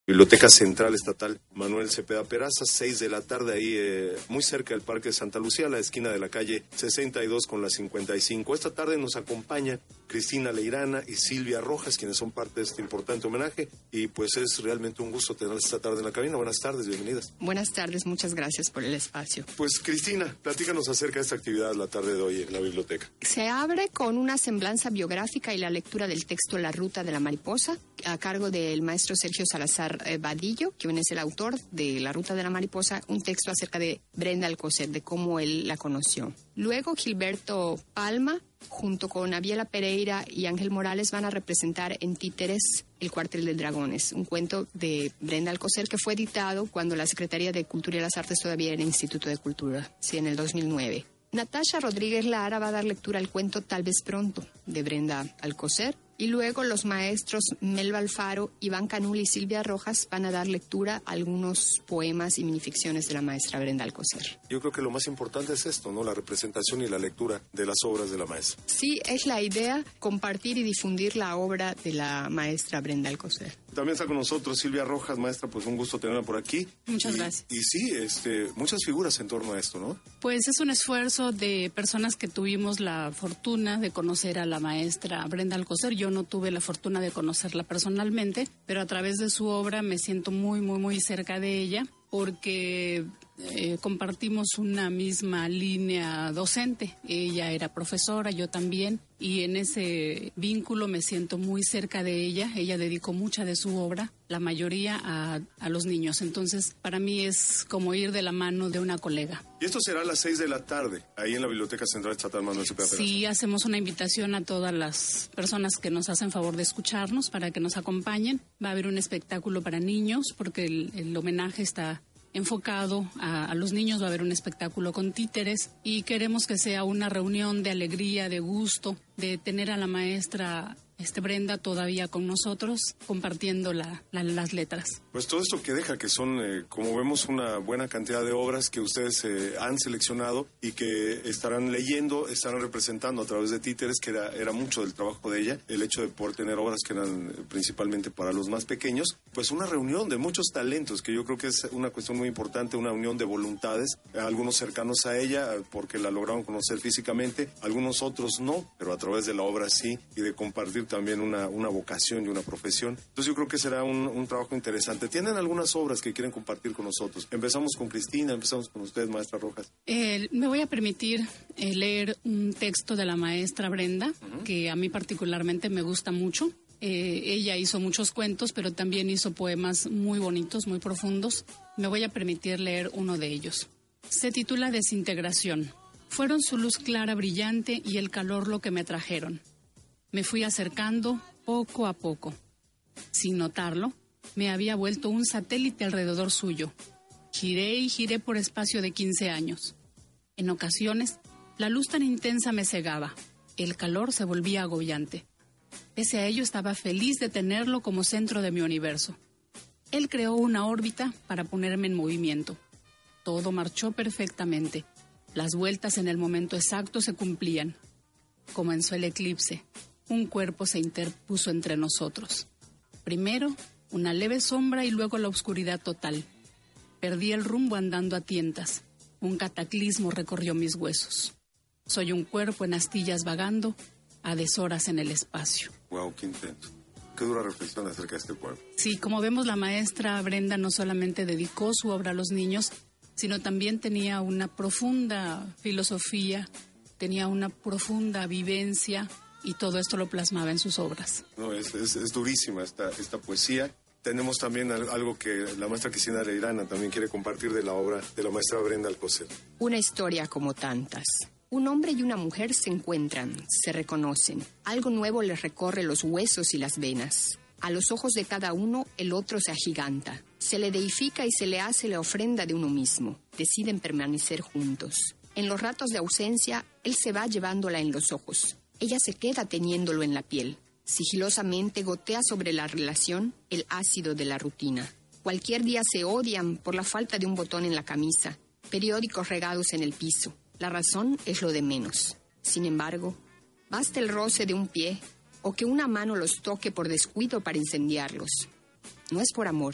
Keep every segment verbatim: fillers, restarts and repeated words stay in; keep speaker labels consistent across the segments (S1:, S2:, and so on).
S1: Biblioteca Central Estatal Manuel Cepeda Peraza, seis de la tarde, ahí eh, muy cerca del Parque de Santa Lucía, a la esquina de la calle sesenta y dos con la cincuenta y cinco. Esta tarde nos acompaña Cristina Leirana y Silvia Rojas, quienes son parte de este importante homenaje, y pues es realmente un gusto tenerlas esta tarde en la cabina. Buenas tardes, bienvenidas.
S2: Buenas tardes, muchas gracias por el espacio.
S1: Pues Cristina, platícanos acerca de esta actividad la tarde de hoy en la biblioteca.
S2: Se abre con una semblanza biográfica y la lectura del texto La Ruta de la Mariposa, a cargo del maestro Sergio Salazar Vadillo, quien es el autor de La Ruta de la Mariposa, un texto acerca de Brenda Alcocer, de cómo él la conoció. Luego Gilberto Palma, junto con Abiela Pereira y Ángel Morales, van a representar en Títeres El Cuartel de Dragones, un cuento de Brenda Alcocer que fue editado cuando la Secretaría de Cultura y las Artes todavía era el Instituto de Cultura, sí, en el dos mil nueve. Natasha Rodríguez Lara va a dar lectura al cuento Tal vez pronto, de Brenda Alcocer. Y luego los maestros Melba Alfaro, Iván Canul y Silvia Rojas van a dar lectura a algunos poemas y minificciones de la maestra Brenda Alcocer.
S1: Yo creo que lo más importante es esto, ¿no? La representación y la lectura de las obras de la maestra.
S2: Sí, es la idea, compartir y difundir la obra de la maestra Brenda Alcocer.
S1: También está con nosotros Silvia Rojas, maestra, pues un gusto tenerla por aquí.
S3: Muchas
S1: y,
S3: gracias.
S1: Y sí, este, muchas figuras en torno a esto, ¿no?
S3: Pues es un esfuerzo de personas que tuvimos la fortuna de conocer a la maestra Brenda Alcocer. Yo no tuve la fortuna de conocerla personalmente, pero a través de su obra me siento muy, muy, muy cerca de ella, porque eh, compartimos una misma línea docente. Ella era profesora, yo también, y en ese vínculo me siento muy cerca de ella. Ella dedicó mucha de su obra, la mayoría a, a los niños. Entonces, para mí es como ir de la mano de una colega.
S1: Y esto será a las seis de la tarde, ahí en la Biblioteca Central Estatal Manuel Cepeda Peraza.
S3: Sí, hacemos una invitación a todas las personas que nos hacen favor de escucharnos para que nos acompañen. Va a haber un espectáculo para niños, porque el, el homenaje está enfocado a, a los niños. Va a haber un espectáculo con títeres y queremos que sea una reunión de alegría, de gusto, de tener a la maestra este Brenda todavía con nosotros, compartiendo la, la, las letras.
S1: Pues todo esto que deja, que son, eh, como vemos, una buena cantidad de obras que ustedes eh, han seleccionado y que estarán leyendo, estarán representando a través de títeres, que era, era mucho del trabajo de ella, el hecho de poder tener obras que eran eh, principalmente para los más pequeños, pues una reunión de muchos talentos, que yo creo que es una cuestión muy importante, una unión de voluntades, algunos cercanos a ella, porque la lograron conocer físicamente, algunos otros no, pero a través de la obra sí, y de compartir también una, una vocación y una profesión. Entonces yo creo que será un, un trabajo interesante. ¿Tienen algunas obras que quieren compartir con nosotros? Empezamos con Cristina, empezamos con usted, maestra Rojas.
S3: Eh, me voy a permitir eh, leer un texto de la maestra Brenda, uh-huh. que a mí particularmente me gusta mucho. Eh, ella hizo muchos cuentos, pero también hizo poemas muy bonitos, muy profundos. Me voy a permitir leer uno de ellos. Se titula Desintegración. Fueron su luz clara, brillante, y el calor lo que me trajeron. Me fui acercando poco a poco. Sin notarlo, me había vuelto un satélite alrededor suyo. Giré y giré por espacio de quince años. En ocasiones, la luz tan intensa me cegaba. El calor se volvía agobiante. Pese a ello, estaba feliz de tenerlo como centro de mi universo. Él creó una órbita para ponerme en movimiento. Todo marchó perfectamente. Las vueltas en el momento exacto se cumplían. Comenzó el eclipse. Un cuerpo se interpuso entre nosotros. Primero, una leve sombra y luego la oscuridad total. Perdí el rumbo andando a tientas. Un cataclismo recorrió mis huesos. Soy un cuerpo en astillas vagando a deshoras en el espacio.
S1: Wow, qué intenso. Qué dura reflexión acerca de este cuerpo.
S3: Sí, como vemos, la maestra Brenda no solamente dedicó su obra a los niños, sino también tenía una profunda filosofía, tenía una profunda vivencia, y todo esto lo plasmaba en sus obras.
S1: No, es, es, es durísima esta, esta poesía. Tenemos también algo que la maestra Cristina Leirana también quiere compartir de la obra de la maestra Brenda Alcocer.
S2: Una historia como tantas. Un hombre y una mujer se encuentran, se reconocen. Algo nuevo les recorre los huesos y las venas. A los ojos de cada uno, el otro se agiganta. Se le deifica y se le hace la ofrenda de uno mismo. Deciden permanecer juntos. En los ratos de ausencia, él se va llevándola en los ojos. Ella se queda teniéndolo en la piel. Sigilosamente gotea sobre la relación el ácido de la rutina. Cualquier día se odian por la falta de un botón en la camisa, periódicos regados en el piso. La razón es lo de menos. Sin embargo, basta el roce de un pie o que una mano los toque por descuido para incendiarlos. No es por amor,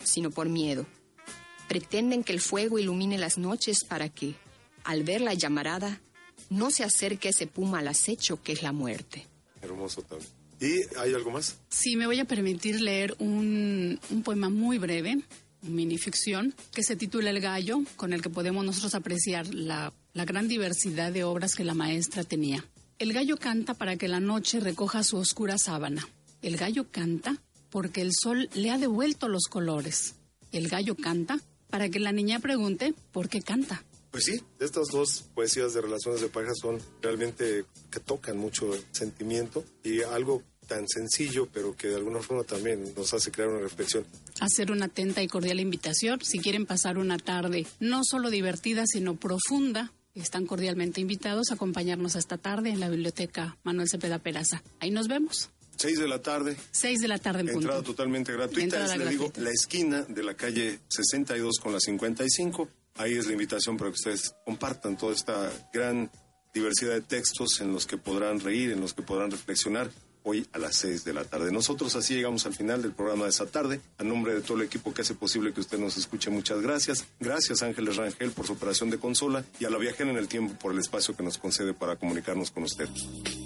S2: sino por miedo. Pretenden que el fuego ilumine las noches para que, al ver la llamarada, no se acerque ese puma al acecho que es la muerte.
S1: Hermoso también. ¿Y hay algo más?
S3: Sí, me voy a permitir leer un, un poema muy breve, minificción, que se titula El gallo, con el que podemos nosotros apreciar la, la gran diversidad de obras que la maestra tenía. El gallo canta para que la noche recoja su oscura sábana. El gallo canta porque el sol le ha devuelto los colores. El gallo canta para que la niña pregunte por qué canta.
S1: Pues sí, estas dos poesías de relaciones de pareja son realmente que tocan mucho el sentimiento y algo tan sencillo, pero que de alguna forma también nos hace crear una reflexión.
S3: Hacer una atenta y cordial invitación. Si quieren pasar una tarde no solo divertida, sino profunda, están cordialmente invitados a acompañarnos esta tarde en la Biblioteca Manuel Cepeda Peraza. Ahí nos vemos.
S1: Seis de la tarde.
S3: Seis de la tarde en punto.
S1: Entrada totalmente gratuita.
S3: Entrada
S1: es, le
S3: gratuita.
S1: digo, la esquina de la calle sesenta y dos con la cincuenta y cinco. Ahí es la invitación para que ustedes compartan toda esta gran diversidad de textos en los que podrán reír, en los que podrán reflexionar hoy a las seis de la tarde. Nosotros así llegamos al final del programa de esta tarde. A nombre de todo el equipo que hace posible que usted nos escuche, muchas gracias. Gracias Ángeles Rangel por su operación de consola y a la Viajera en el Tiempo por el espacio que nos concede para comunicarnos con usted.